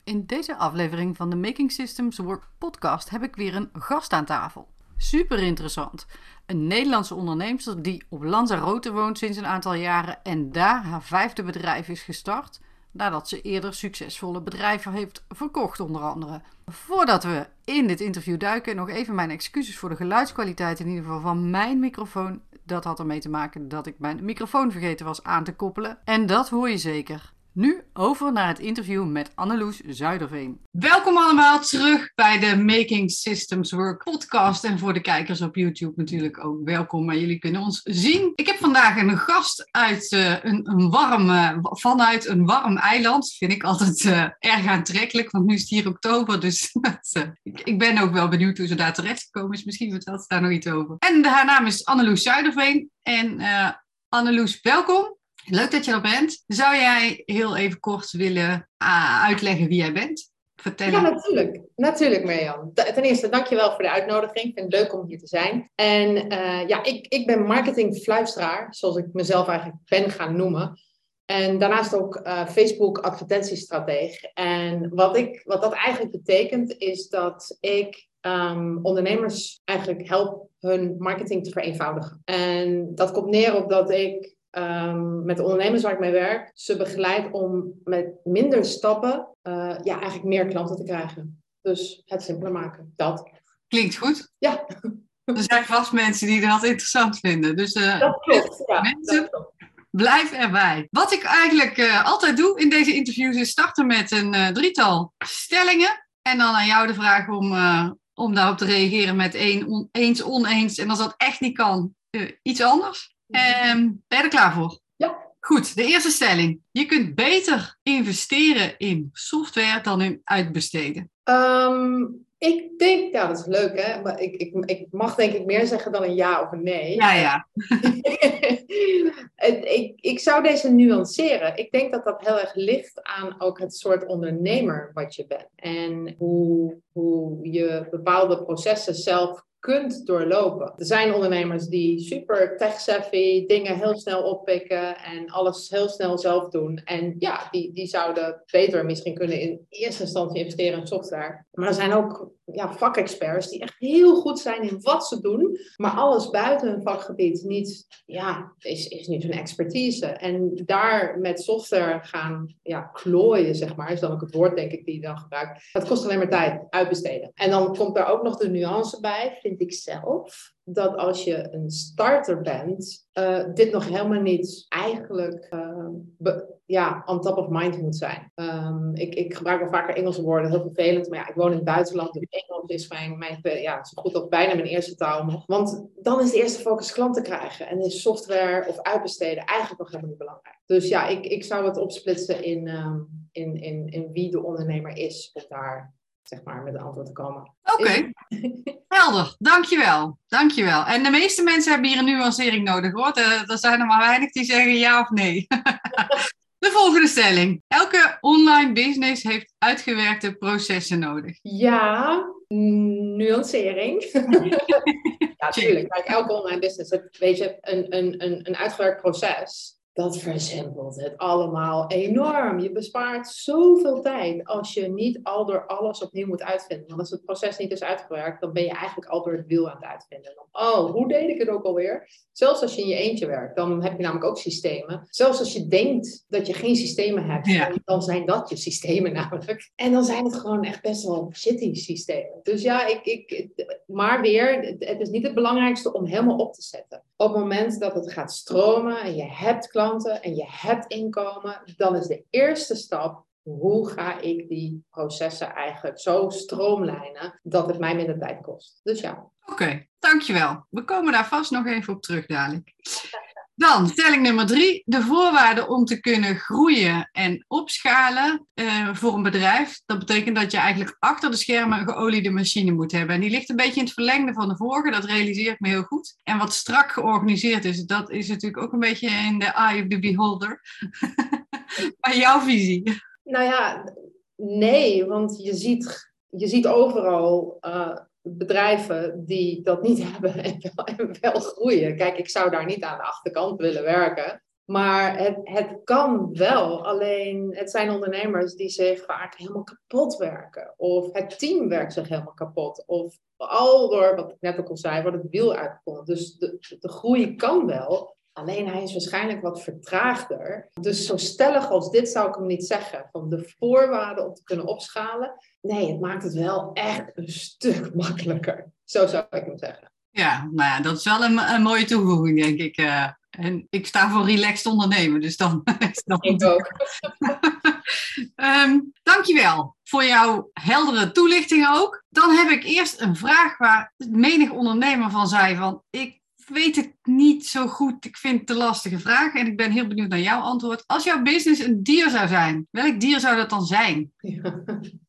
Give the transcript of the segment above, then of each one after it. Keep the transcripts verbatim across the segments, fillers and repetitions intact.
In deze aflevering van de Making Systems Work podcast heb ik weer een gast aan tafel. Super interessant. Een Nederlandse onderneemster die op Lanzarote woont sinds een aantal jaren en daar haar vijfde bedrijf is gestart, nadat ze eerder succesvolle bedrijven heeft verkocht onder andere. Voordat we in dit interview duiken, nog even mijn excuses voor de geluidskwaliteit in ieder geval van mijn microfoon. Dat had ermee te maken dat ik mijn microfoon vergeten was aan te koppelen. En dat hoor je zeker. Nu over naar het interview met Anneloes Zuiderveen. Welkom allemaal terug bij de Making Systems Work podcast. En voor de kijkers op YouTube natuurlijk ook welkom. Maar jullie kunnen ons zien. Ik heb vandaag een gast uit, uh, een, een warm, uh, vanuit een warm eiland. Vind ik altijd uh, erg aantrekkelijk, want nu is het hier oktober. Dus uh, ik, ik ben ook wel benieuwd hoe ze daar terecht gekomen is. Misschien vertelt ze daar nog iets over. En haar naam is Anneloes Zuiderveen. En uh, Anneloes, welkom. Leuk dat je er bent. Zou jij heel even kort willen uh, uitleggen wie jij bent? Vertellen. Ja, natuurlijk. Natuurlijk, Mirjam. Ten eerste, dankjewel voor de uitnodiging. Ik vind het leuk om hier te zijn. En uh, ja, ik, ik ben marketingfluisteraar, zoals ik mezelf eigenlijk ben gaan noemen. En daarnaast ook uh, Facebook advertentiestrateeg. En wat, ik, wat dat eigenlijk betekent, is dat ik um, ondernemers eigenlijk help hun marketing te vereenvoudigen. En dat komt neer op dat ik Um, met de ondernemers waar ik mee werk, ze begeleid om met minder stappen uh, ja, eigenlijk meer klanten te krijgen. Dus het simpeler maken, dat. Klinkt goed. Ja. Er zijn vast mensen die dat interessant vinden. Dus uh, dat klopt, ja. Mensen, dat klopt. Blijf erbij. Wat ik eigenlijk uh, altijd doe in deze interviews is starten met een uh, drietal stellingen. En dan aan jou de vraag om, uh, om daarop te reageren met een on- eens, oneens. En als dat echt niet kan, uh, iets anders. Um, ben je er klaar voor? Ja. Goed, de eerste stelling. Je kunt beter investeren in software dan in uitbesteden. Um, ik denk, ja, dat is leuk hè, maar ik, ik, ik mag denk ik meer zeggen dan een ja of een nee. Ja, ja. ik, ik zou deze nuanceren. Ik denk dat dat heel erg ligt aan ook het soort ondernemer wat je bent. En hoe, hoe je bepaalde processen zelf kunt doorlopen. Er zijn ondernemers die super tech-savvy, dingen heel snel oppikken en alles heel snel zelf doen. En ja, die, die zouden beter misschien kunnen in eerste instantie investeren in software. Maar er zijn ook ja, vakexperts die echt heel goed zijn in wat ze doen, maar alles buiten hun vakgebied niet, ja, is, is niet hun expertise. En daar met software gaan ja, klooien, zeg maar, is dan ook het woord denk ik die je dan gebruikt. Dat kost alleen maar tijd, uitbesteden. En dan komt daar ook nog de nuance bij, vind ik zelf, dat als je een starter bent, uh, dit nog helemaal niet eigenlijk uh, be- ja, on top of mind moet zijn. Um, ik, ik gebruik wel vaker Engelse woorden, heel vervelend, maar ja, ik woon in het buitenland, dus Engels is mijn, mijn ja, zo goed als bijna mijn eerste taal nog. Want dan is de eerste focus klanten krijgen en is software of uitbesteden eigenlijk nog helemaal niet belangrijk. Dus ja, ik, ik zou het opsplitsen in, um, in, in, in wie de ondernemer is, om daar zeg maar met een antwoord te komen. Oké, okay. Helder. Dankjewel. Dankjewel. En de meeste mensen hebben hier een nuancering nodig, hoor. Er, er zijn er maar weinig die zeggen ja of nee. De volgende stelling. Elke online business heeft uitgewerkte processen nodig. Ja, nuancering. Ja, natuurlijk. Kijk, elke online business, het, weet je, een, een, een, een uitgewerkt proces, dat versimpelt het allemaal enorm. Je bespaart zoveel tijd als je niet al door alles opnieuw moet uitvinden. Want als het proces niet is uitgewerkt, dan ben je eigenlijk al door het wiel aan het uitvinden. Oh, hoe deed ik het ook alweer? Zelfs als je in je eentje werkt, dan heb je namelijk ook systemen. Zelfs als je denkt dat je geen systemen hebt, ja. dan zijn dat je systemen namelijk. En dan zijn het gewoon echt best wel shitty systemen. Dus ja, ik, ik, maar weer, het is niet het belangrijkste om helemaal op te zetten. Op het moment dat het gaat stromen en je hebt klanten en je hebt inkomen, dan is de eerste stap, hoe ga ik die processen eigenlijk zo stroomlijnen dat het mij minder tijd kost. Dus ja. Oké, okay, dankjewel. We komen daar vast nog even op terug dadelijk. Dan, stelling nummer drie. De voorwaarden om te kunnen groeien en opschalen uh, voor een bedrijf. Dat betekent dat je eigenlijk achter de schermen een geoliede machine moet hebben. En die ligt een beetje in het verlengde van de vorige. Dat realiseer ik me heel goed. En wat strak georganiseerd is, dat is natuurlijk ook een beetje in the eye of the beholder. Maar jouw visie? Nou ja, nee. Want je ziet, je ziet overal Uh... bedrijven die dat niet hebben en wel, en wel groeien. Kijk, ik zou daar niet aan de achterkant willen werken. Maar het, het kan wel, alleen het zijn ondernemers die zich vaak helemaal kapot werken. Of het team werkt zich helemaal kapot. Of al door, wat ik net ook al zei, wordt het wiel uitgevonden. Dus de, de groei kan wel, alleen hij is waarschijnlijk wat vertraagder. Dus zo stellig als dit zou ik hem niet zeggen. Van de voorwaarden om te kunnen opschalen. Nee, het maakt het wel echt een stuk makkelijker. Zo zou ik hem zeggen. Ja, nou ja, dat is wel een, een mooie toevoeging, denk ik. Uh, en ik sta voor relaxed ondernemen, dus dan... dan ik ook. um, dankjewel voor jouw heldere toelichting ook. Dan heb ik eerst een vraag waar menig ondernemer van zei van... ik weet het niet zo goed, ik vind het een lastige vraag en ik ben heel benieuwd naar jouw antwoord. Als jouw business een dier zou zijn, welk dier zou dat dan zijn? Ja,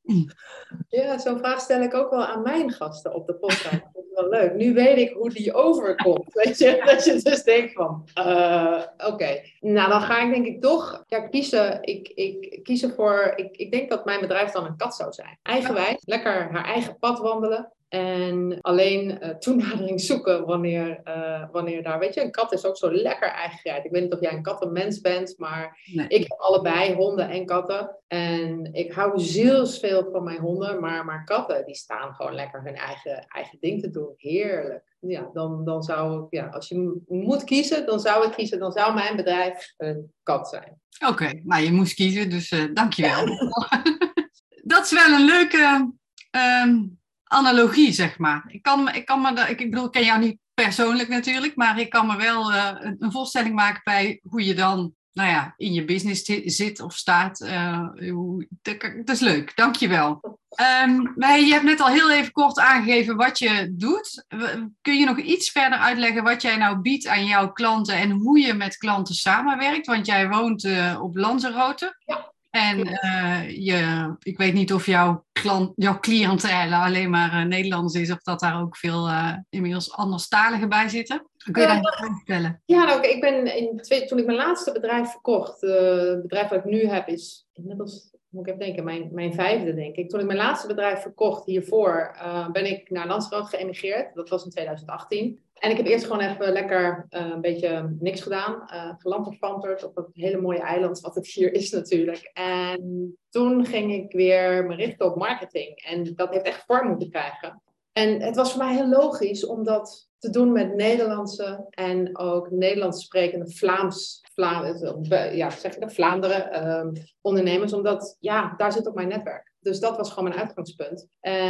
ja, zo'n vraag stel ik ook wel aan mijn gasten op de podcast. Dat is wel leuk. Nu weet ik hoe die overkomt. Weet je? Dat je dus denkt van, uh, oké. Okay. Nou, dan ga ik denk ik toch ja, kiezen. Ik, ik kies ervoor, ik, ik denk dat mijn bedrijf dan een kat zou zijn. Eigenwijs, lekker haar eigen pad wandelen. En alleen uh, toenadering zoeken wanneer, uh, wanneer daar... Weet je, een kat is ook zo lekker eigenheid. Ik weet niet of jij een kattenmens bent, maar nee. Ik heb allebei honden en katten. En ik hou zielsveel van mijn honden, maar, maar katten die staan gewoon lekker hun eigen, eigen ding te doen. Heerlijk. Ja, dan, dan zou ik... Ja, als je moet kiezen, dan zou ik kiezen. Dan zou mijn bedrijf een kat zijn. Oké, okay, maar je moest kiezen, dus uh, dankjewel. Ja. Dat is wel een leuke... Um... analogie, zeg maar. Ik kan, ik kan me, ik, ik bedoel, ik ken jou niet persoonlijk natuurlijk, maar ik kan me wel uh, een voorstelling maken bij hoe je dan, nou ja, in je business t- zit of staat. Uh, hoe, dat is leuk, dankjewel. Um, maar je hebt net al heel even kort aangegeven wat je doet. Kun je nog iets verder uitleggen wat jij nou biedt aan jouw klanten en hoe je met klanten samenwerkt? Want jij woont uh, op Lanzarote. Ja. En uh, je, ik weet niet of jouw, klant, jouw cliëntele alleen maar uh, Nederlands is, of dat daar ook veel uh, inmiddels anderstaligen bij zitten. Kun je daar iets over vertellen? Ja, nou, ik ben in twee, toen ik mijn laatste bedrijf verkocht, uh, het bedrijf dat ik nu heb is inmiddels, moet ik even denken, mijn, mijn vijfde denk ik. Toen ik mijn laatste bedrijf verkocht hiervoor, uh, ben ik naar Lanzarote geëmigreerd. Dat was in twintig achttien. En ik heb eerst gewoon even lekker uh, een beetje niks gedaan. Uh, gelanterfanterd op dat hele mooie eiland wat het hier is natuurlijk. En toen ging ik weer me richten op marketing. En dat heeft echt vorm moeten krijgen. En het was voor mij heel logisch om dat te doen met Nederlandse en ook Nederlands sprekende Vlaams, Vlaam, ja, zeg je dat, Vlaanderen um, ondernemers. Omdat, ja, daar zit ook mijn netwerk. Dus dat was gewoon mijn uitgangspunt.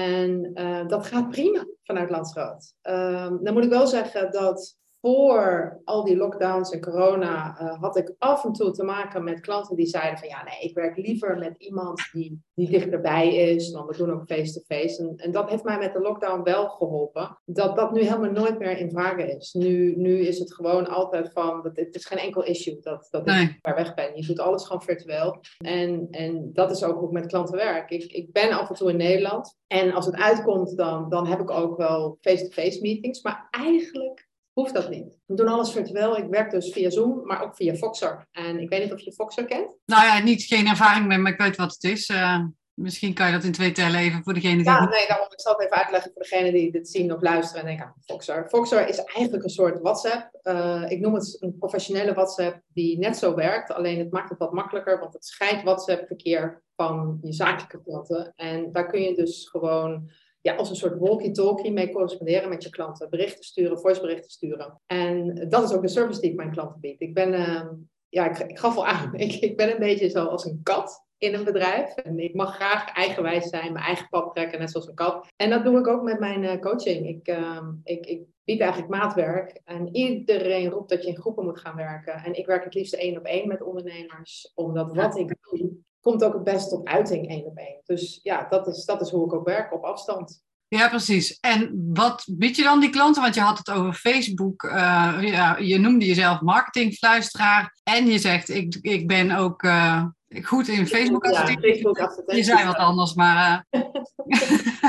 En uh, dat gaat prima vanuit Lanzarote. Um, dan moet ik wel zeggen dat voor al die lockdowns en corona uh, had ik af en toe te maken met klanten die zeiden van ja, nee, ik werk liever met iemand die, die dichterbij is. Want we doen ook face-to-face. En, en dat heeft mij met de lockdown wel geholpen. Dat dat nu helemaal nooit meer in vraag is. Nu, nu is het gewoon altijd van, dat, het is geen enkel issue dat, dat ik nee. ver weg ben. Je doet alles gewoon virtueel. En, en dat is ook hoe ik met klanten werk. Ik, ik ben af en toe in Nederland. En als het uitkomt, dan, dan heb ik ook wel face-to-face meetings. Maar eigenlijk hoeft dat niet. We doen alles virtueel. Ik werk dus via Zoom, maar ook via Voxer. En ik weet niet of je Voxer kent. Nou ja, niet, geen ervaring mee, maar ik weet wat het is. Uh, misschien kan je dat in twee tellen even voor degene die... Ja, nee, daarom, ik zal het even uitleggen voor degene die dit zien of luisteren en denken aan Voxer. Voxer is eigenlijk een soort WhatsApp. Uh, ik noem het een professionele WhatsApp die net zo werkt. Alleen het maakt het wat makkelijker, want het scheidt WhatsApp-verkeer van je zakelijke klanten. En daar kun je dus gewoon... Ja, als een soort walkie-talkie mee corresponderen met je klanten. Berichten sturen, voiceberichten sturen. En dat is ook de service die ik mijn klanten bied. Ik ben, uh, ja, ik, ik gaf al aan, ik, ik ben een beetje zoals een kat in een bedrijf. En ik mag graag eigenwijs zijn, mijn eigen pad trekken, net zoals een kat. En dat doe ik ook met mijn uh, coaching. Ik, uh, ik, ik bied eigenlijk maatwerk. En iedereen roept dat je in groepen moet gaan werken. En ik werk het liefst één op één met ondernemers. Omdat wat ik doe... komt ook het best tot uiting één op één. Dus ja, dat is, dat is hoe ik ook werk, op afstand. Ja, precies. En wat bied je dan die klanten? Want je had het over Facebook. Uh, ja, je noemde jezelf marketingfluisteraar. En je zegt, ik, ik ben ook uh, goed in Facebook adverteren. Ja, Facebook adverteren. Je zei wat anders, maar... Uh,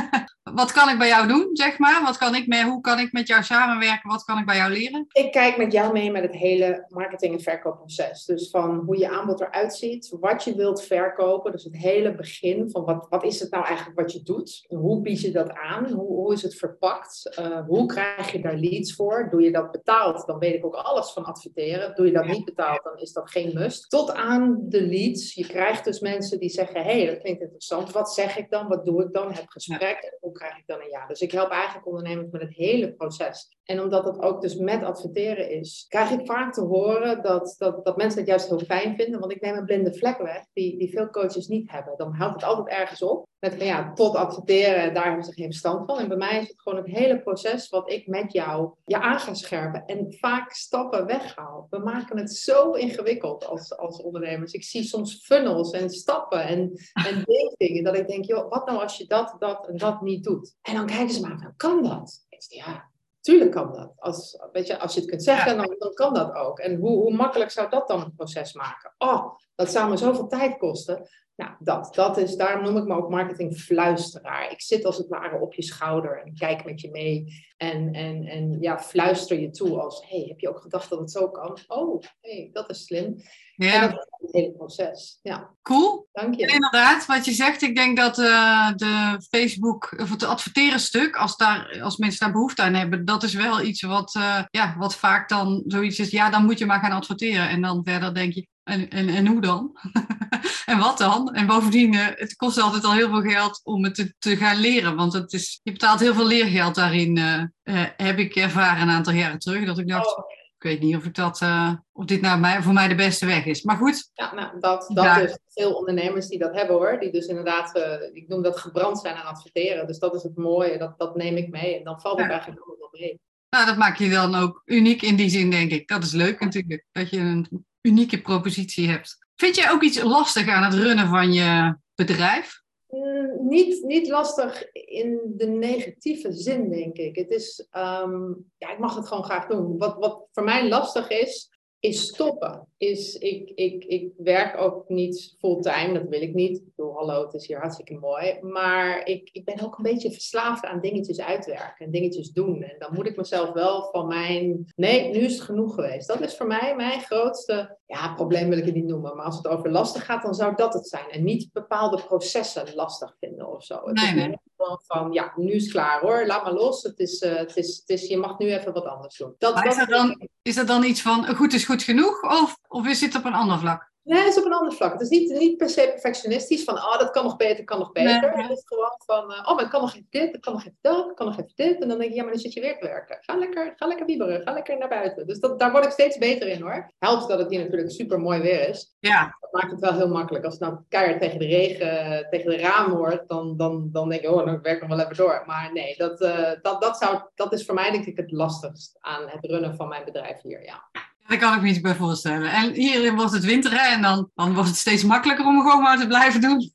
wat kan ik bij jou doen, zeg maar? Wat kan ik met, hoe kan ik met jou samenwerken? Wat kan ik bij jou leren? Ik kijk met jou mee met het hele marketing- en verkoopproces. Dus van hoe je aanbod eruit ziet, wat je wilt verkopen. Dus het hele begin van wat, wat is het nou eigenlijk wat je doet? Hoe bied je dat aan? Hoe, hoe is het verpakt? Uh, hoe krijg je daar leads voor? Doe je dat betaald? Dan weet ik ook alles van adverteren. Doe je dat niet betaald, dan is dat geen must. Tot aan de leads. Je krijgt dus mensen die zeggen, hé, hey, dat klinkt interessant. Wat zeg ik dan? Wat doe ik dan? Heb gesprek. En hoe krijg ik dan een ja? Dus ik help eigenlijk ondernemers met het hele proces. En omdat het ook dus met adverteren is, krijg ik vaak te horen dat, dat, dat mensen het juist heel fijn vinden. Want ik neem een blinde vlek weg die, die veel coaches niet hebben. Dan houdt het altijd ergens op. Met van ja, tot adverteren, daar hebben ze geen verstand van. En bij mij is het gewoon het hele proces wat ik met jou je aan ga scherpen. En vaak stappen weghaal. We maken het zo ingewikkeld als, als ondernemers. Ik zie soms funnels en stappen en, en dingen. Dat ik denk, joh, wat nou als je dat, dat en dat niet doet? En dan kijken ze maar van, kan dat? Ik zeg, ja. Tuurlijk kan dat. Als, weet je, als je het kunt zeggen, dan, dan kan dat ook. En hoe, hoe makkelijk zou dat dan het proces maken? Oh, dat zou me zoveel tijd kosten. Nou, dat, dat is, daarom noem ik me ook marketingfluisteraar. Ik zit als het ware op je schouder en kijk met je mee. En, en, en ja, fluister je toe als, hey, heb je ook gedacht dat het zo kan? Oh, hey, dat is slim. Ja. En dat is het hele proces. Ja. Cool. Dank je. En inderdaad, wat je zegt, ik denk dat uh, de Facebook, of het adverteren stuk, als, daar, als mensen daar behoefte aan hebben, dat is wel iets wat, uh, ja, wat vaak dan zoiets is, ja, dan moet je maar gaan adverteren. En dan verder denk je, en, en, en hoe dan? En wat dan? En bovendien, uh, het kost altijd al heel veel geld om het te, te gaan leren, want het is, je betaalt heel veel leergeld daarin, uh, uh, heb ik ervaren een aantal jaren terug, dat ik dacht... Oh. Ik weet niet of, ik dat, uh, of dit nou mij, voor mij de beste weg is. Maar goed. Ja, nou, dat, dat dus veel ondernemers die dat hebben hoor. Die dus inderdaad, uh, ik noem dat gebrand zijn aan adverteren. Dus dat is het mooie. Dat, dat neem ik mee. En dan valt het ja. eigenlijk ook wel mee. Nou, dat maakt je dan ook uniek in die zin, denk ik. Dat is leuk natuurlijk. Dat je een unieke propositie hebt. Vind jij ook iets lastig aan het runnen van je bedrijf? Mm, niet, niet lastig in de negatieve zin, denk ik. Het is, um, ja, ik mag het gewoon graag doen. Wat, wat voor mij lastig is, is stoppen. Is, ik, ik, ik werk ook niet fulltime, dat wil ik niet. Ik bedoel, hallo, het is hier hartstikke mooi. Maar ik, ik ben ook een beetje verslaafd aan dingetjes uitwerken en dingetjes doen. En dan moet ik mezelf wel van mijn... Nee, nu is het genoeg geweest. Dat is voor mij mijn grootste... Ja, probleem wil ik het niet noemen. Maar als het over lastig gaat, dan zou dat het zijn. En niet bepaalde processen lastig vinden of zo. Het nee, is nee. Gewoon van, ja, nu is het klaar hoor. Laat maar los. Het is, uh, het is, het is, je mag nu even wat anders doen. Dat, maar is, dat dan, is dat dan iets van, goed is goed genoeg? Of, of is het op een ander vlak? Nee, het is op een ander vlak. Het is niet, niet per se perfectionistisch van, oh, dat kan nog beter, kan nog beter. Nee, nee. Het is gewoon van, uh, oh, maar ik kan nog even dit, ik kan nog even dat, ik kan nog even dit. En dan denk je, ja, maar dan zit je weer te werken. Ga lekker, ga lekker wieberen, ga lekker naar buiten. Dus dat, daar word ik steeds beter in hoor. Helpt dat het hier natuurlijk super mooi weer is. Ja. Dat maakt het wel heel makkelijk. Als het nou keihard tegen de regen, tegen de raam wordt, dan, dan, dan denk je, oh, dan werk ik nog wel even door. Maar nee, dat, uh, dat, dat, zou, dat is voor mij denk ik het lastigst aan het runnen van mijn bedrijf hier, ja. Daar kan ik me iets bij voorstellen. En hier wordt het winter hè, en dan, dan wordt het steeds makkelijker om gewoon maar te blijven doen.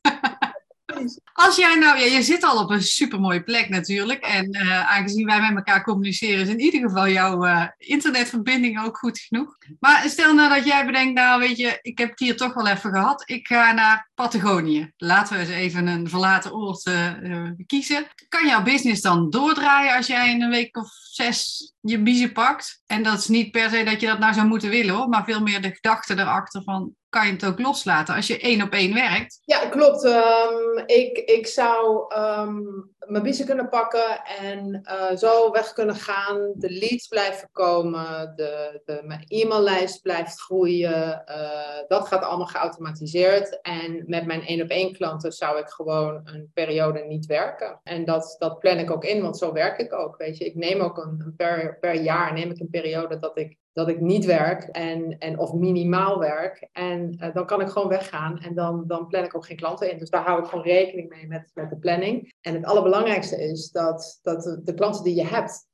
Als jij nou, ja, je zit al op een supermooie plek natuurlijk. En uh, aangezien wij met elkaar communiceren, is in ieder geval jouw uh, internetverbinding ook goed genoeg. Maar stel nou dat jij bedenkt, nou weet je, ik heb het hier toch wel even gehad. Ik ga naar Patagonië. Laten we eens even een verlaten oord uh, uh, kiezen. Kan jouw business dan doordraaien als jij in een week of zes je biezen pakt? En dat is niet per se dat je dat nou zou moeten willen hoor, maar veel meer de gedachte erachter van... kan je het ook loslaten als je één op één werkt? Ja, klopt. Um, ik, ik zou um, mijn biezen kunnen pakken en uh, zo weg kunnen gaan. De leads blijven komen, de, de, mijn e-maillijst blijft groeien. Uh, dat gaat allemaal geautomatiseerd. En met mijn één op één klanten zou ik gewoon een periode niet werken. En dat, dat plan ik ook in, want zo werk ik ook. Weet je, ik neem ook een, een per, per jaar neem ik een periode dat ik dat ik niet werk en, en of minimaal werk. En uh, dan kan ik gewoon weggaan en dan, dan plan ik ook geen klanten in. Dus daar hou ik gewoon rekening mee met, met de planning. En het allerbelangrijkste is dat, dat de, de klanten die je hebt,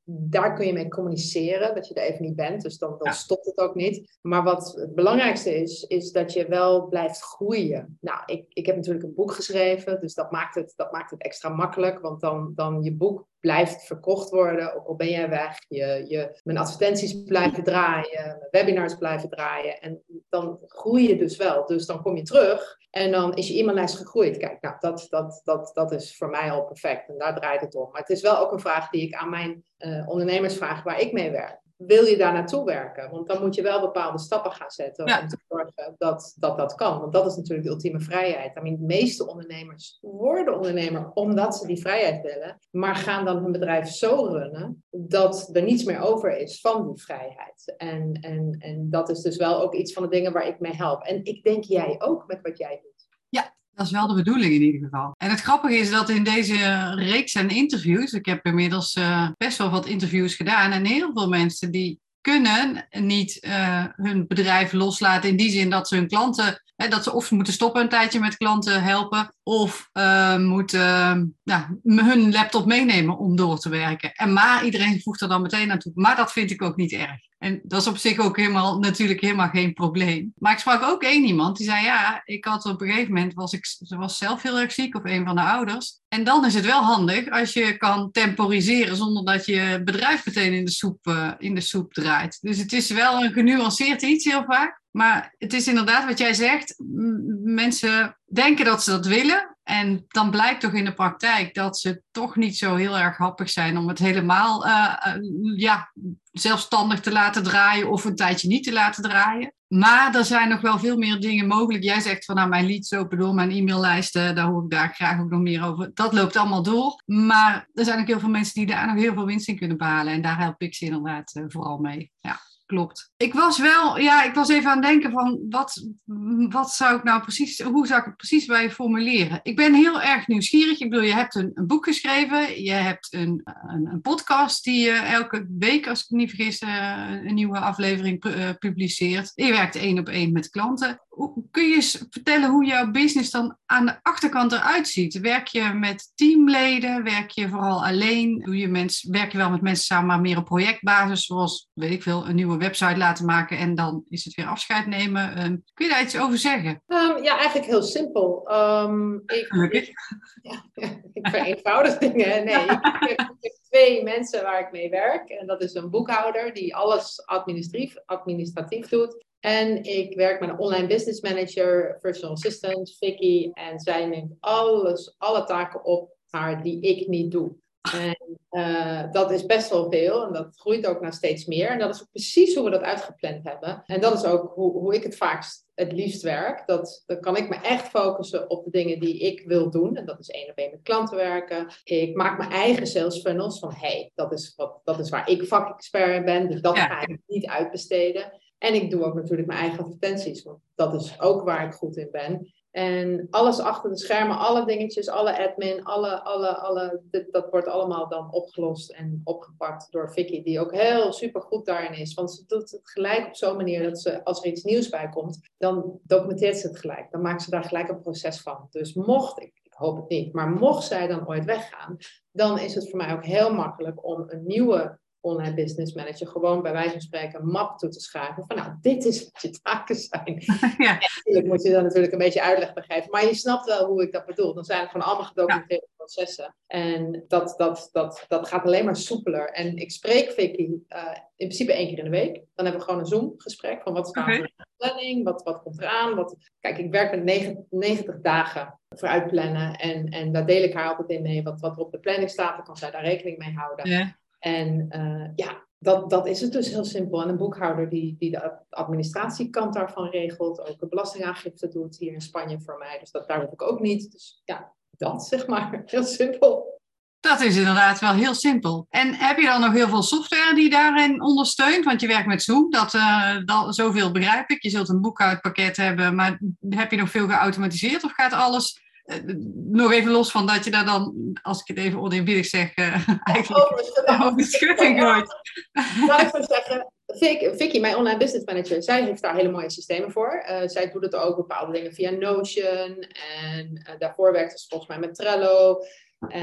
daar kun je mee communiceren, dat je er even niet bent. Dus dan, dan Ja. stopt het ook niet. Maar wat het belangrijkste is, is dat je wel blijft groeien. Nou, ik, ik heb natuurlijk een boek geschreven, dus dat maakt het, dat maakt het extra makkelijk. Want dan, dan je boek blijft verkocht worden, ook al ben jij weg. Je, je, mijn advertenties blijven draaien, mijn webinars blijven draaien. En dan groei je dus wel. Dus dan kom je terug en dan is je e-maillijst gegroeid. Kijk, nou, dat, dat, dat, dat is voor mij al perfect en daar draait het om. Maar het is wel ook een vraag die ik aan mijn uh, ondernemers vraag waar ik mee werk. Wil je daar naartoe werken? Want dan moet je wel bepaalde stappen gaan zetten ja. om te zorgen dat, dat dat kan. Want dat is natuurlijk de ultieme vrijheid. I mean, de meeste ondernemers worden ondernemer omdat ze die vrijheid willen. Maar gaan dan hun bedrijf zo runnen dat er niets meer over is van die vrijheid. En, en, en dat is dus wel ook iets van de dingen waar ik mee help. En ik denk jij ook met wat jij doet. Ja. Dat is wel de bedoeling in ieder geval. En het grappige is dat in deze reeks aan interviews, ik heb inmiddels uh, best wel wat interviews gedaan en heel veel mensen die kunnen niet uh, hun bedrijf loslaten in die zin dat ze hun klanten, hè, dat ze of moeten stoppen een tijdje met klanten helpen of uh, moeten uh, ja, hun laptop meenemen om door te werken. En maar iedereen voegt er dan meteen aan toe. Maar dat vind ik ook niet erg. En dat is op zich ook helemaal, natuurlijk helemaal geen probleem. Maar ik sprak ook één iemand die zei, ja, ik had op een gegeven moment, was ik ze was zelf heel erg ziek of een van de ouders. En dan is het wel handig als je kan temporiseren zonder dat je bedrijf meteen in de soep, uh, in de soep draait. Dus het is wel een genuanceerd iets heel vaak. Maar het is inderdaad wat jij zegt, m- mensen denken dat ze dat willen. En dan blijkt toch in de praktijk dat ze toch niet zo heel erg happig zijn om het helemaal uh, uh, ja, zelfstandig te laten draaien of een tijdje niet te laten draaien. Maar er zijn nog wel veel meer dingen mogelijk. Jij zegt van nou, mijn leads lopen door, mijn e-maillijsten, daar hoor ik daar graag ook nog meer over. Dat loopt allemaal door. Maar er zijn ook heel veel mensen die daar nog heel veel winst in kunnen behalen. En daar help ik ze inderdaad uh, vooral mee. Ja. Klopt. Ik was wel, ja, ik was even aan het denken van wat, wat zou ik nou precies, hoe zou ik het precies bij je formuleren? Ik ben heel erg nieuwsgierig. Ik bedoel, je hebt een, een boek geschreven, je hebt een, een, een podcast die je elke week, als ik me niet vergis, uh, een nieuwe aflevering uh, publiceert. Je werkt één op één met klanten. Hoe, kun je eens vertellen hoe jouw business dan aan de achterkant eruit ziet? Werk je met teamleden? Werk je vooral alleen? Doe je mens, werk je wel met mensen samen, maar meer op projectbasis, zoals, weet ik veel, een nieuwe website laten maken en dan is het weer afscheid nemen? Um, kun je daar iets over zeggen? Um, ja, eigenlijk heel simpel. Um, ik, ik, ja, ik vereenvoudig dingen. Nee, ik, ik, heb, ik heb twee mensen waar ik mee werk. En dat is een boekhouder die alles administratief, administratief doet. En ik werk met een online business manager, personal assistant, Vicky. En zij neemt alles, alle taken op haar die ik niet doe. En uh, dat is best wel veel en dat groeit ook naar steeds meer. En dat is ook precies hoe we dat uitgepland hebben. En dat is ook hoe, hoe ik het vaakst het liefst werk. Dat, dan kan ik me echt focussen op de dingen die ik wil doen. En dat is één op één met klanten werken. Ik maak mijn eigen sales funnels van hey, dat is, wat, dat is waar ik vakexpert in ben. Dus dat ja. ga ik niet uitbesteden. En ik doe ook natuurlijk mijn eigen advertenties. Want dat is ook waar ik goed in ben. En alles achter de schermen, alle dingetjes, alle admin, alle, alle, alle, dit, dat wordt allemaal dan opgelost en opgepakt door Vicky, die ook heel super goed daarin is. Want ze doet het gelijk op zo'n manier dat ze, als er iets nieuws bij komt, dan documenteert ze het gelijk. Dan maakt ze daar gelijk een proces van. Dus mocht, ik, ik hoop het niet, maar mocht zij dan ooit weggaan, dan is het voor mij ook heel makkelijk om een nieuwe online business manager gewoon bij wijze van spreken een map toe te schrijven van nou, dit is wat je taken zijn. Ja. En natuurlijk moet je dan natuurlijk een beetje uitleg geven, maar je snapt wel hoe ik dat bedoel. Dan zijn het gewoon allemaal gedocumenteerde ja. processen. En dat, dat, dat, dat gaat alleen maar soepeler. En ik spreek Vicky uh, in principe één keer in de week. Dan hebben we gewoon een Zoom gesprek van wat staat er in de planning, wat, wat komt eraan. Wat... Kijk, ik werk met negentig dagen vooruit plannen en, en daar deel ik haar altijd in mee wat, wat er op de planning staat. Dan kan zij daar rekening mee houden. Ja. En uh, ja, dat, dat is het dus heel simpel. En een boekhouder die, die de administratiekant daarvan regelt, ook de belastingaangifte doet hier in Spanje voor mij. Dus dat, daar hoef ik ook niet. Dus ja, dat zeg maar. Heel simpel. Dat is inderdaad wel heel simpel. En heb je dan nog heel veel software die daarin ondersteunt? Want je werkt met Zoom, dat, uh, dat, zoveel begrijp ik. Je zult een boekhoudpakket hebben, maar heb je nog veel geautomatiseerd of gaat alles... Uh, nog even los van dat je daar dan, als ik het even oneerbiedig zeg, uh, eigenlijk over de schutting gooit. Laat ik zo zeggen, Vicky, mijn online business manager, zij heeft daar hele mooie systemen voor. Uh, zij doet het ook bepaalde dingen via Notion en uh, daarvoor werkt ze volgens mij met Trello. En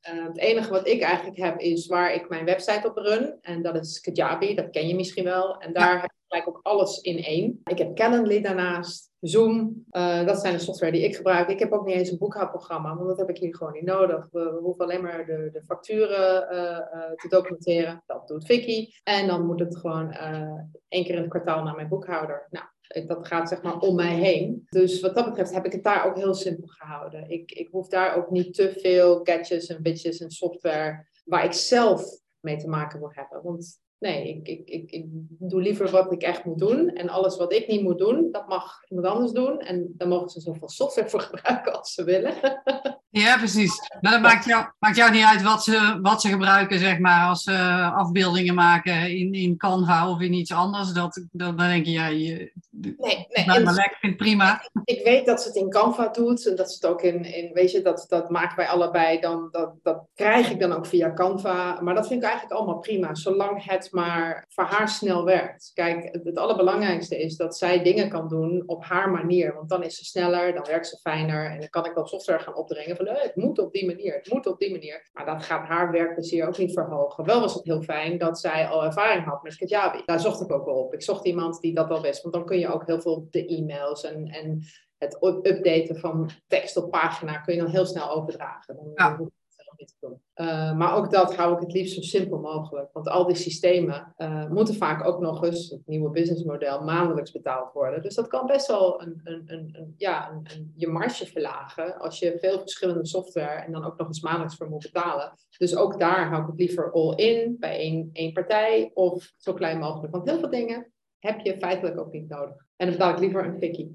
Uh, het enige wat ik eigenlijk heb is waar ik mijn website op run. En dat is Kajabi, dat ken je misschien wel. En daar ja. heb ik gelijk ook alles in één. Ik heb Calendly daarnaast, Zoom. Uh, dat zijn de software die ik gebruik. Ik heb ook niet eens een boekhoudprogramma, want dat heb ik hier gewoon niet nodig. We, we hoeven alleen maar de, de facturen uh, uh, te documenteren. Dat doet Vicky. En dan moet het gewoon uh, één keer in het kwartaal naar mijn boekhouder. Nou. Dat gaat zeg maar om mij heen. Dus wat dat betreft heb ik het daar ook heel simpel gehouden. Ik, ik hoef daar ook niet te veel gadgets en widgets en software waar ik zelf mee te maken wil hebben. Want nee, ik, ik, ik, ik doe liever wat ik echt moet doen. En alles wat ik niet moet doen, dat mag iemand anders doen. En daar mogen ze zoveel software voor gebruiken als ze willen. Ja, precies. Maar dat maakt jou, maakt jou niet uit wat ze, wat ze gebruiken, zeg maar, als ze afbeeldingen maken in, in Canva of in iets anders. Dat, dat, dan denk je, ja, je, nee, nee. maar lekker, vind het prima. Ik, ik weet dat ze het in Canva doet en dat ze het ook in, in weet je, dat, dat maken wij allebei. Dan, dat, dat krijg ik dan ook via Canva. Maar dat vind ik eigenlijk allemaal prima, zolang het maar voor haar snel werkt. Kijk, het, het allerbelangrijkste is dat zij dingen kan doen op haar manier. Want dan is ze sneller, dan werkt ze fijner en dan kan ik wel software gaan opdringen. Van, het moet op die manier, het moet op die manier. Maar dat gaat haar werkplezier ook niet verhogen. Wel was het heel fijn dat zij al ervaring had met Kajabi. Daar zocht ik ook wel op. Ik zocht iemand die dat al wist. Want dan kun je ook heel veel de e-mails en, en het updaten van tekst op pagina kun je dan heel snel overdragen. Dan, ja. dan hoef ik het zelf niet te doen. Uh, maar ook dat hou ik het liefst zo simpel mogelijk. Want al die systemen uh, moeten vaak ook nog eens, het nieuwe businessmodel, maandelijks betaald worden. Dus dat kan best wel een, een, een, een, ja, een, een, je marge verlagen als je veel verschillende software en dan ook nog eens maandelijks voor moet betalen. Dus ook daar hou ik het liever all in bij één, één partij of zo klein mogelijk. Want heel veel dingen heb je feitelijk ook niet nodig. En dan betaal ik liever een fikkie.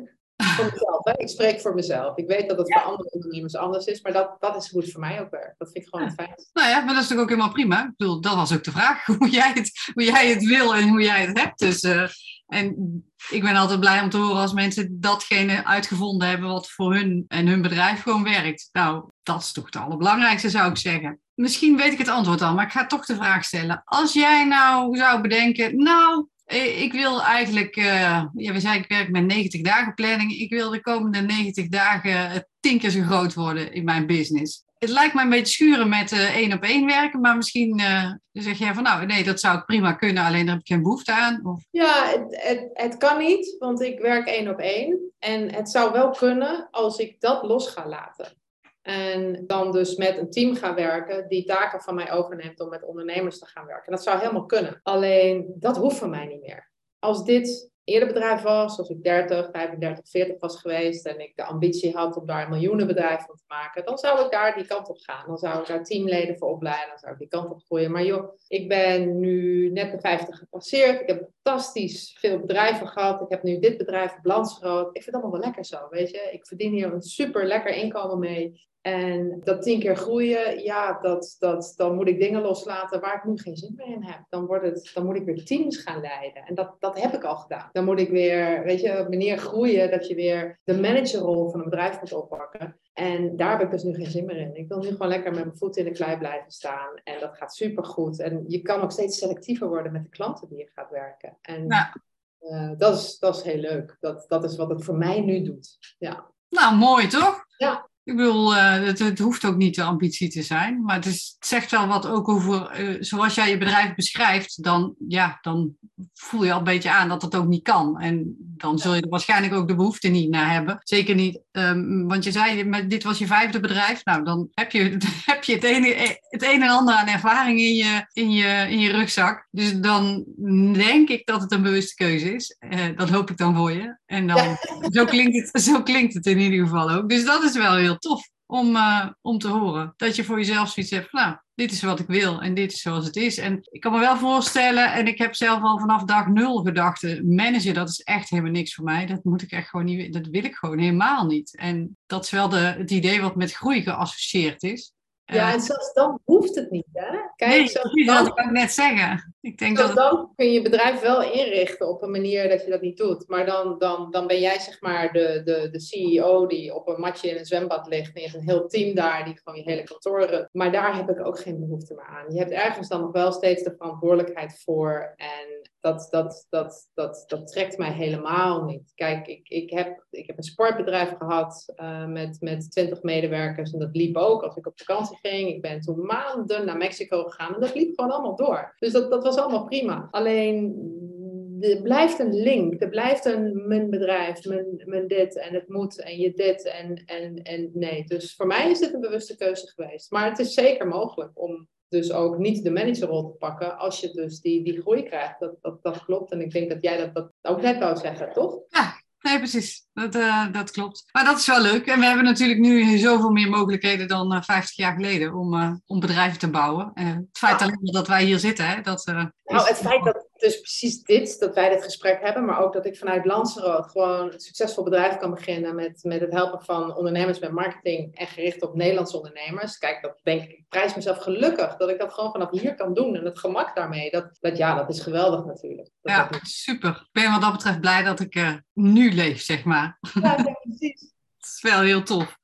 Voor mezelf, hè? Ik spreek voor mezelf. Ik weet dat het ja. voor andere ondernemers anders is, maar dat, dat is hoe het voor mij ook werkt. Dat vind ik gewoon ja. het fijnste. Nou ja, maar dat is toch ook helemaal prima. Ik bedoel, dat was ook de vraag, hoe jij het, hoe jij het wil en hoe jij het hebt. Dus, uh, en ik ben altijd blij om te horen als mensen datgene uitgevonden hebben wat voor hun en hun bedrijf gewoon werkt. Nou, dat is toch het allerbelangrijkste, zou ik zeggen. Misschien weet ik het antwoord al, maar ik ga toch de vraag stellen. Als jij nou zou bedenken, nou... Ik wil eigenlijk, uh, ja, we zeiden ik werk met negentig dagen planning. Ik wil de komende negentig dagen tien keer zo groot worden in mijn business. Het lijkt me een beetje schuren met uh, één op één werken, maar misschien uh, zeg jij van nou nee, dat zou ik prima kunnen, alleen daar heb ik geen behoefte aan. Of... Ja, het, het, het kan niet, want ik werk één op één. En het zou wel kunnen als ik dat los ga laten. En dan dus met een team gaan werken die taken van mij overneemt om met ondernemers te gaan werken. Dat zou helemaal kunnen. Alleen, dat hoeft van mij niet meer. Als dit eerder bedrijf was, als ik dertig, vijfendertig, veertig was geweest en ik de ambitie had om daar een miljoenenbedrijf van te maken, dan zou ik daar die kant op gaan. Dan zou ik daar teamleden voor opleiden, dan zou ik die kant op groeien. Maar joh, ik ben nu net de vijftig gepasseerd. Ik heb fantastisch veel bedrijven gehad. Ik heb nu dit bedrijf op Landsgroot. Ik vind het allemaal wel lekker zo, weet je. Ik verdien hier een super lekker inkomen mee. En dat tien keer groeien, ja, dat, dat, dan moet ik dingen loslaten waar ik nu geen zin meer in heb. Dan, wordt het, dan moet ik weer teams gaan leiden. En dat, dat heb ik al gedaan. Dan moet ik weer, weet je, op een manier groeien dat je weer de managerrol van een bedrijf moet oppakken. En daar heb ik dus nu geen zin meer in. Ik wil nu gewoon lekker met mijn voeten in de klei blijven staan. En dat gaat supergoed. En je kan ook steeds selectiever worden met de klanten die je gaat werken. En ja. uh, dat, is, dat is heel leuk. Dat, dat is wat het voor mij nu doet. Ja. Nou, mooi toch? Ja. Ik bedoel, uh, het, het hoeft ook niet de ambitie te zijn, maar het, is, het zegt wel wat ook over, uh, zoals jij je bedrijf beschrijft, dan, ja, dan voel je al een beetje aan dat het ook niet kan. En dan zul je er waarschijnlijk ook de behoefte niet naar hebben. Zeker niet, um, want je zei, dit was je vijfde bedrijf, nou dan heb je, heb je het, ene, het een en ander aan ervaring in je, in, je, in je rugzak. Dus dan denk ik dat het een bewuste keuze is. Uh, dat hoop ik dan voor je. En dan, ja. zo, klinkt het, zo klinkt het in ieder geval ook. Dus dat is wel heel tof om, uh, om te horen. Dat je voor jezelf zoiets hebt, nou, dit is wat ik wil en dit is zoals het is. En ik kan me wel voorstellen, en ik heb zelf al vanaf dag nul gedacht, managen, dat is echt helemaal niks voor mij. Dat moet ik echt gewoon niet, dat wil ik gewoon helemaal niet. En dat is wel de, het idee wat met groei geassocieerd is. Ja, en zelfs dan hoeft het niet, hè? Kijk, nee, precies, dan, dat kan ik net zeggen. Ik denk zelfs dat het... dan kun je je bedrijf wel inrichten op een manier dat je dat niet doet. Maar dan, dan, dan ben jij zeg maar de, de, de C E O die op een matje in een zwembad ligt. En je hebt een heel team daar die gewoon je hele kantoor runt. Maar daar heb ik ook geen behoefte meer aan. Je hebt ergens dan nog wel steeds de verantwoordelijkheid voor. En Dat, dat, dat, dat, dat trekt mij helemaal niet. Kijk, ik, ik, heb, ik heb een sportbedrijf gehad uh, met, met twintig medewerkers. En dat liep ook als ik op vakantie ging. Ik ben toen maanden naar Mexico gegaan. En dat liep gewoon allemaal door. Dus dat, dat was allemaal prima. Alleen, er blijft een link. Er blijft een mijn bedrijf, mijn, mijn dit en het moet en je dit en, en, en nee. Dus voor mij is dit een bewuste keuze geweest. Maar het is zeker mogelijk om dus ook niet de managerrol te pakken als je dus die, die groei krijgt. Dat, dat, dat klopt. En ik denk dat jij dat, dat ook net wou zeggen, toch? Ja, nee, precies. Dat, uh, dat klopt. Maar dat is wel leuk. En we hebben natuurlijk nu zoveel meer mogelijkheden dan uh, vijftig jaar geleden om, uh, om bedrijven te bouwen. Uh, het feit alleen ja. dat wij hier zitten, hè, dat... Uh, nou, het feit dat dus precies dit, dat wij dit gesprek hebben, maar ook dat ik vanuit Lanzarote gewoon een succesvol bedrijf kan beginnen met, met het helpen van ondernemers met marketing en gericht op Nederlandse ondernemers. Kijk, dat denk ik, ik prijs mezelf gelukkig dat ik dat gewoon vanaf hier kan doen en het gemak daarmee. Dat, dat, ja, dat is geweldig natuurlijk. Dat ja, dat super. Ik ben wat dat betreft blij dat ik uh, nu leef, zeg maar. Ja, ja, precies. Dat is wel heel tof.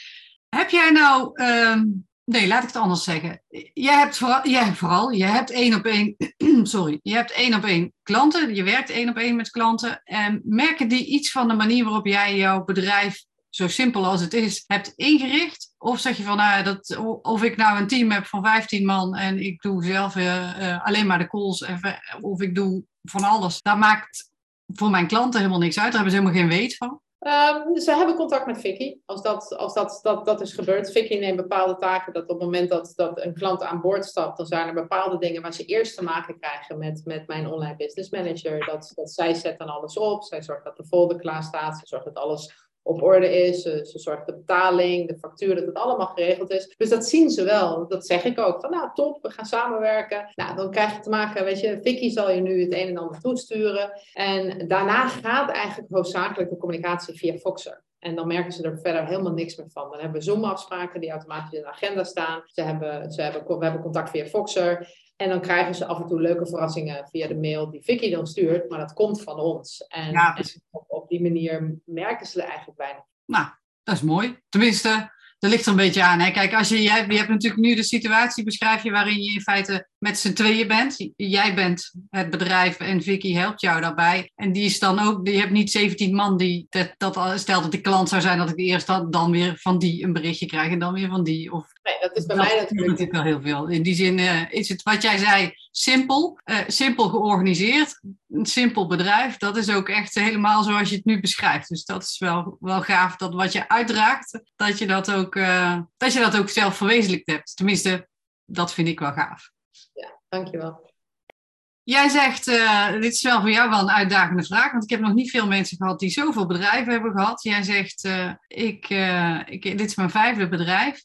Heb jij nou... Um... Nee, laat ik het anders zeggen. Jij hebt vooral, jij vooral je hebt één op één, sorry, je hebt één op één klanten, je werkt één op één met klanten. En merken die iets van de manier waarop jij jouw bedrijf, zo simpel als het is, hebt ingericht? Of zeg je van, nou, dat, of ik nou een team heb van vijftien man en ik doe zelf uh, uh, alleen maar de calls, en, of ik doe van alles. Dat maakt voor mijn klanten helemaal niks uit, daar hebben ze helemaal geen weet van. Um, ze hebben contact met Vicky, als dat, als dat, dat, dat is gebeurd. Vicky neemt bepaalde taken, dat op het moment dat, dat een klant aan boord stapt, dan zijn er bepaalde dingen waar ze eerst te maken krijgen met, met mijn online business manager. Dat, dat zij zet dan alles op, zij zorgt dat de folder klaar staat, ze zorgt dat alles op orde is, ze, ze zorgt de betaling, de factuur, dat het allemaal geregeld is. Dus dat zien ze wel, dat zeg ik ook. Van nou top, we gaan samenwerken. Nou, dan krijg je te maken, weet je, Vicky zal je nu het een en ander toesturen. En daarna gaat eigenlijk hoofdzakelijk de communicatie via Voxer. En dan merken ze er verder helemaal niks meer van. Dan hebben we Zoom-afspraken die automatisch in de agenda staan. Ze hebben, ze hebben, we hebben contact via Voxer. En dan krijgen ze af en toe leuke verrassingen via de mail die Vicky dan stuurt. Maar dat komt van ons. En, ja, en op, op die manier merken ze er eigenlijk weinig. Nou, dat is mooi. Tenminste, dat ligt er een beetje aan. Hè? Kijk, als je, jij, je hebt natuurlijk nu de situatie, beschrijf je, waarin je in feite met z'n tweeën bent. Jij bent het bedrijf en Vicky helpt jou daarbij. En die is dan ook, je hebt niet zeventien man die, dat, dat stel dat de klant zou zijn, dat ik eerst dan, dan weer van die een berichtje krijg en dan weer van die. Of, nee, dat is bij dat mij natuurlijk... natuurlijk wel heel veel. In die zin uh, is het wat jij zei, simpel, uh, simpel georganiseerd, een simpel bedrijf. Dat is ook echt helemaal zoals je het nu beschrijft. Dus dat is wel, wel gaaf, dat wat je uitdraagt, dat je dat ook, uh, dat je dat ook zelf verwezenlijkt hebt. Tenminste, dat vind ik wel gaaf. Ja, dankjewel. Jij zegt, uh, dit is wel voor jou wel een uitdagende vraag, want ik heb nog niet veel mensen gehad die zoveel bedrijven hebben gehad. Jij zegt, uh, ik, uh, ik, dit is mijn vijfde bedrijf.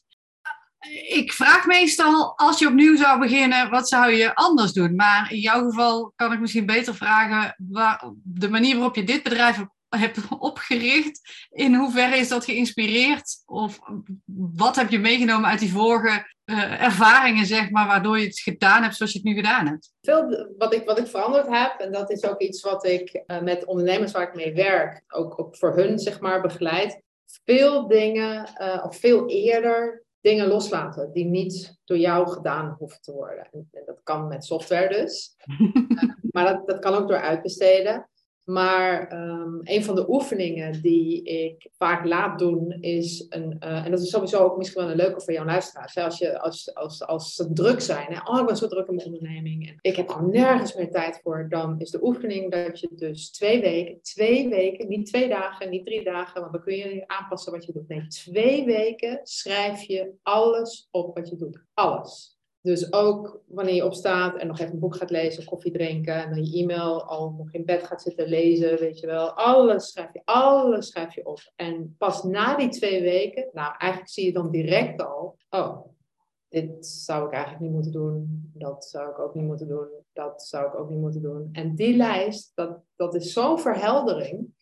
Ik vraag meestal, als je opnieuw zou beginnen, wat zou je anders doen? Maar in jouw geval kan ik misschien beter vragen, waar, de manier waarop je dit bedrijf hebt opgericht, in hoeverre is dat geïnspireerd? Of wat heb je meegenomen uit die vorige uh, ervaringen, zeg maar, waardoor je het gedaan hebt zoals je het nu gedaan hebt? Veel wat ik, wat ik veranderd heb, en dat is ook iets wat ik uh, met ondernemers waar ik mee werk, ook, ook voor hun, zeg maar, begeleid. Veel dingen, uh, of veel eerder dingen loslaten die niet door jou gedaan hoeven te worden. En, en dat kan met software dus. uh, maar dat, dat kan ook door uitbesteden. Maar um, een van de oefeningen die ik vaak laat doen is, een, uh, en dat is sowieso ook misschien wel een leuke voor jouw luisteraars. Hè? Als, je, als, als, als ze druk zijn, hè? Oh, ik ben zo druk in mijn onderneming en ik heb gewoon nergens meer tijd voor. Dan is de oefening dat je dus twee weken, twee weken, niet twee dagen, niet drie dagen, want dan kun je aanpassen wat je doet. Nee, twee weken schrijf je alles op wat je doet. Alles. Dus ook wanneer je opstaat en nog even een boek gaat lezen, koffie drinken en dan je e-mail al nog in bed gaat zitten lezen, weet je wel. Alles schrijf je, alles schrijf je op. En pas na die twee weken, nou eigenlijk zie je dan direct al, oh, dit zou ik eigenlijk niet moeten doen, dat zou ik ook niet moeten doen, dat zou ik ook niet moeten doen. En die lijst, dat, dat is zo'n verheldering.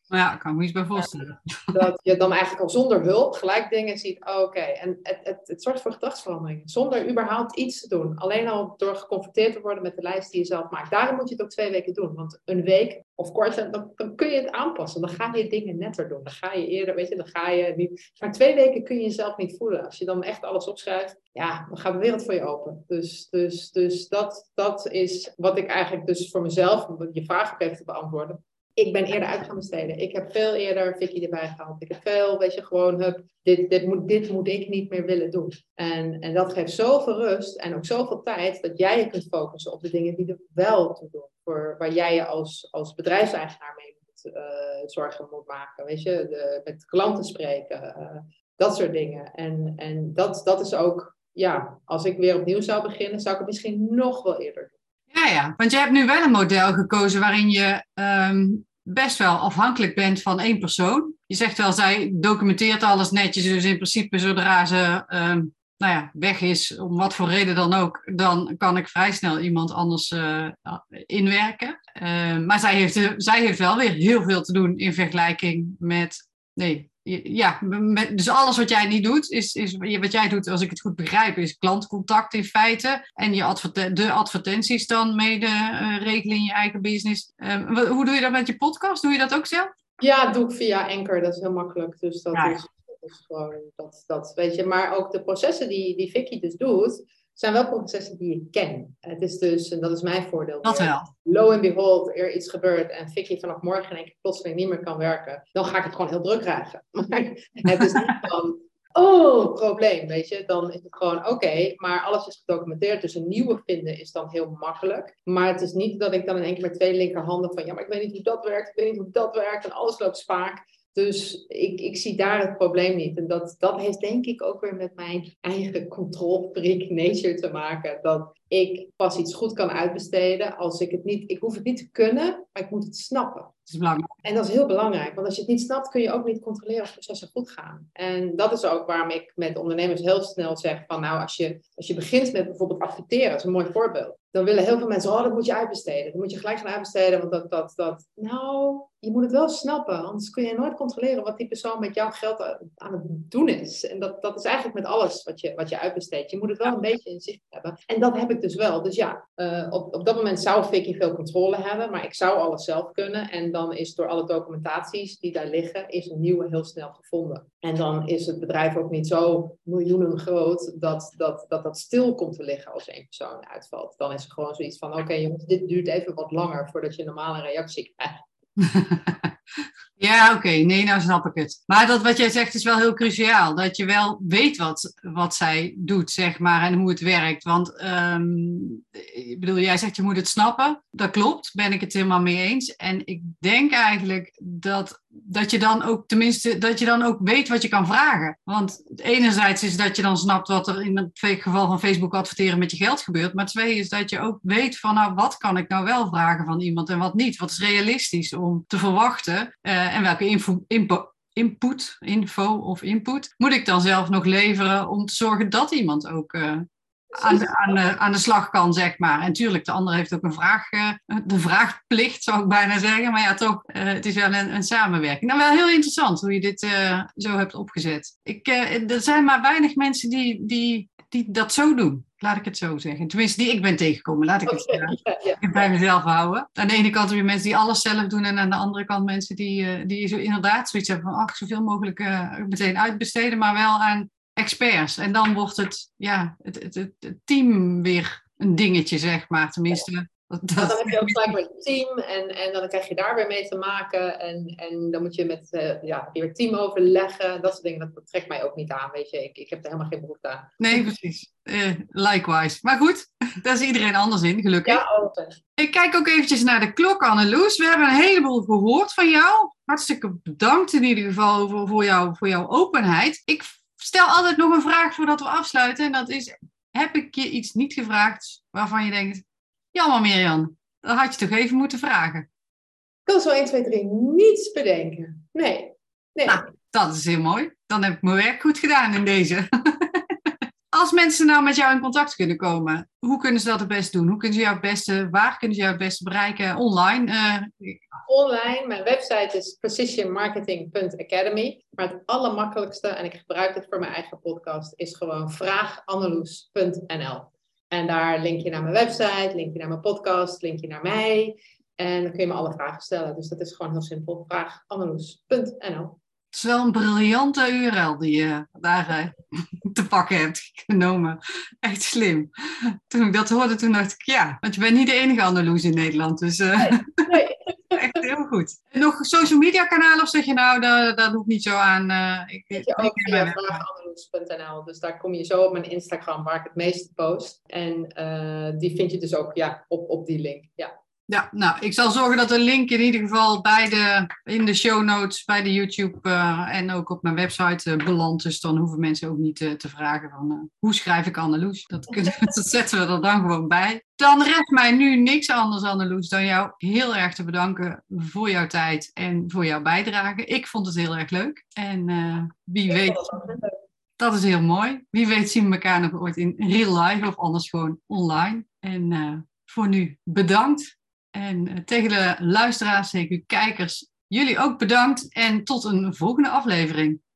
Maar ja, ik kan me iets bij voorstellen. Dat je dan eigenlijk al zonder hulp gelijk dingen ziet. Oh, oké, okay. En het, het, het zorgt voor gedragsverandering. Zonder überhaupt iets te doen. Alleen al door geconfronteerd te worden met de lijst die je zelf maakt. Daarom moet je het ook twee weken doen. Want een week, of kort, dan, dan kun je het aanpassen. Dan ga je dingen netter doen. Dan ga je eerder, weet je, dan ga je niet... Maar twee weken kun je jezelf niet voelen. Als je dan echt alles opschrijft, ja, dan gaat de wereld voor je open. Dus, dus, dus dat, dat is wat ik eigenlijk dus voor mezelf, om je vraag ook even te beantwoorden. Ik ben eerder uit gaan besteden. Ik heb veel eerder Vicky erbij gehaald. Ik heb veel, weet je, gewoon, hup, dit, dit, moet, dit moet ik niet meer willen doen. En, en dat geeft zoveel rust en ook zoveel tijd dat jij je kunt focussen op de dingen die er wel toe doen. Voor, waar jij je als, als bedrijfseigenaar mee moet, uh, zorgen moet maken. Weet je, de, met klanten spreken, uh, dat soort dingen. En, en dat, dat is ook, ja, als ik weer opnieuw zou beginnen, zou ik het misschien nog wel eerder doen. Ja, ja, want je hebt nu wel een model gekozen waarin je um, best wel afhankelijk bent van één persoon. Je zegt wel, zij documenteert alles netjes, dus in principe zodra ze um, nou ja, weg is, om wat voor reden dan ook, dan kan ik vrij snel iemand anders uh, inwerken. Uh, maar zij heeft, uh, zij heeft wel weer heel veel te doen in vergelijking met... Nee, ja, met, dus alles wat jij niet doet, is, is wat jij doet, als ik het goed begrijp, is klantcontact in feite. En je adverten- de advertenties dan mede uh, regelen in je eigen business. Uh, wat, hoe doe je dat met je podcast? Doe je dat ook zelf? Ja, dat doe ik via Anchor. Dat is heel makkelijk. Dus dat, ja. is, dat is gewoon, dat, dat weet je. Maar ook de processen die, die Vicky dus doet, zijn wel processen die ik ken. Het is dus, en dat is mijn voordeel. Dat wel. Lo and behold, er iets gebeurt en Vicky vanaf morgen in één keer plotseling niet meer kan werken. Dan ga ik het gewoon heel druk krijgen. Maar het is niet van, oh, probleem, weet je. Dan is het gewoon, oké, okay, maar alles is gedocumenteerd. Dus een nieuwe vinden is dan heel makkelijk. Maar het is niet dat ik dan in één keer met twee linkerhanden van, ja, maar ik weet niet hoe dat werkt. Ik weet niet hoe dat werkt en alles loopt spaak. Dus ik, ik zie daar het probleem niet. En dat, dat heeft denk ik ook weer met mijn eigen controlfreak nature te maken. Dat ik pas iets goed kan uitbesteden als ik het niet... Ik hoef het niet te kunnen, maar ik moet het snappen. Dat is belangrijk. En dat is heel belangrijk. Want als je het niet snapt, kun je ook niet controleren of processen goed gaan. En dat is ook waarom ik met ondernemers heel snel zeg van... Nou, als je, als je begint met bijvoorbeeld adverteren, dat is een mooi voorbeeld. Dan willen heel veel mensen, oh, dat moet je uitbesteden. Dat moet je gelijk gaan uitbesteden, want dat, dat, dat... Nou, je moet het wel snappen. Anders kun je nooit controleren wat die persoon met jouw geld aan het doen is. En dat, dat is eigenlijk met alles wat je, wat je uitbesteedt. Je moet het wel een beetje in zicht hebben. En dat heb ik dus wel. Dus ja, uh, op, op dat moment zou Vicky veel controle hebben. Maar ik zou alles zelf kunnen. En dan is door alle documentaties die daar liggen, is een nieuwe heel snel gevonden. En dan is het bedrijf ook niet zo miljoenen groot dat dat, dat, dat stil komt te liggen als één persoon uitvalt. Dan is het gewoon zoiets van, oké okay, jongens, dit duurt even wat langer voordat je een normale reactie krijgt. Ja, oké. Okay. Nee, nou snap ik het. Maar dat wat jij zegt is wel heel cruciaal. Dat je wel weet wat, wat zij doet, zeg maar, en hoe het werkt. Want, um, ik bedoel, jij zegt je moet het snappen. Dat klopt, ben ik het helemaal mee eens. En ik denk eigenlijk dat, dat je dan ook, tenminste, dat je dan ook weet wat je kan vragen. Want enerzijds is dat je dan snapt wat er in het geval van Facebook adverteren met je geld gebeurt. Maar twee is dat je ook weet van, nou, wat kan ik nou wel vragen van iemand en wat niet? Wat is realistisch om te verwachten? Uh, En welke info, info, input, info of input moet ik dan zelf nog leveren om te zorgen dat iemand ook uh, aan, de, aan, de, aan de slag kan, zeg maar. En tuurlijk, de ander heeft ook een vraag, uh, de vraagplicht, zou ik bijna zeggen. Maar ja, toch, uh, het is wel een, een samenwerking. Nou, wel heel interessant hoe je dit uh, zo hebt opgezet. Ik, uh, er zijn maar weinig mensen die, die, die dat zo doen. Laat ik het zo zeggen. Tenminste, die ik ben tegengekomen. Laat ik het, okay, uh, ja, ja. bij mezelf houden. Aan de ene kant heb je mensen die alles zelf doen. En aan de andere kant mensen die, uh, die zo inderdaad zoiets hebben van... ach, zoveel mogelijk uh, meteen uitbesteden. Maar wel aan experts. En dan wordt het, ja, het, het, het, het team weer een dingetje, zeg maar. Tenminste... Dat, dat ja, dan heb je ook gelijk met het team en, en dan krijg je daar weer mee te maken en, en dan moet je met uh, ja, weer team overleggen, dat soort dingen, dat, dat trekt mij ook niet aan, weet je, ik, ik heb er helemaal geen behoefte aan. Nee, precies. Uh, likewise. Maar goed, daar is iedereen anders in, gelukkig. Ja, open. Ik kijk ook eventjes naar de klok, Anneloes. We hebben een heleboel gehoord van jou. Hartstikke bedankt in ieder geval voor, voor, jou, voor jouw openheid. Ik stel altijd nog een vraag voordat we afsluiten en dat is, heb ik je iets niet gevraagd waarvan je denkt... Jammer, Mirjam. Dat had je toch even moeten vragen. Ik kan zo één, twee, drie niets bedenken. Nee. nee. Nou, dat is heel mooi. Dan heb ik mijn werk goed gedaan in deze. Als mensen nou met jou in contact kunnen komen, hoe kunnen ze dat het beste doen? Hoe kunnen ze jou het beste, waar kunnen ze jou het beste bereiken? Online? Uh... Online, mijn website is precision marketing punt academy. Maar het allermakkelijkste, en ik gebruik het voor mijn eigen podcast, is gewoon vraag anneloes punt n l. En daar link je naar mijn website, link je naar mijn podcast, link je naar mij. En dan kun je me alle vragen stellen. Dus dat is gewoon heel simpel. vraag anneloes punt n l. Het is wel een briljante U R L die je daar uh, te pakken hebt genomen. Echt slim. Toen ik dat hoorde, toen dacht ik, ja, want je bent niet de enige Anneloes in Nederland. Dus uh, nee, nee. echt heel goed. En nog social media kanalen of zeg je nou, dat, dat doe ik niet zo aan? Uh, ik, Weet je ook via vraag anneloes punt n l. Dus daar kom je zo op mijn Instagram waar ik het meeste post. En uh, die vind je dus ook ja, op, op die link. Ja. Ja, nou, ik zal zorgen dat de link in ieder geval bij de, in de show notes, bij de YouTube uh, en ook op mijn website uh, belandt. Dus dan hoeven mensen ook niet uh, te vragen van uh, hoe schrijf ik Anneloes? Dat, kunnen, dat zetten we er dan gewoon bij. Dan rest mij nu niks anders, Anneloes, dan jou heel erg te bedanken voor jouw tijd en voor jouw bijdrage. Ik vond het heel erg leuk. En uh, wie weet, dat is heel mooi. Wie weet zien we elkaar nog ooit in real life of anders gewoon online. En uh, voor nu bedankt. En tegen de luisteraars, zeker kijkers, jullie ook bedankt en tot een volgende aflevering.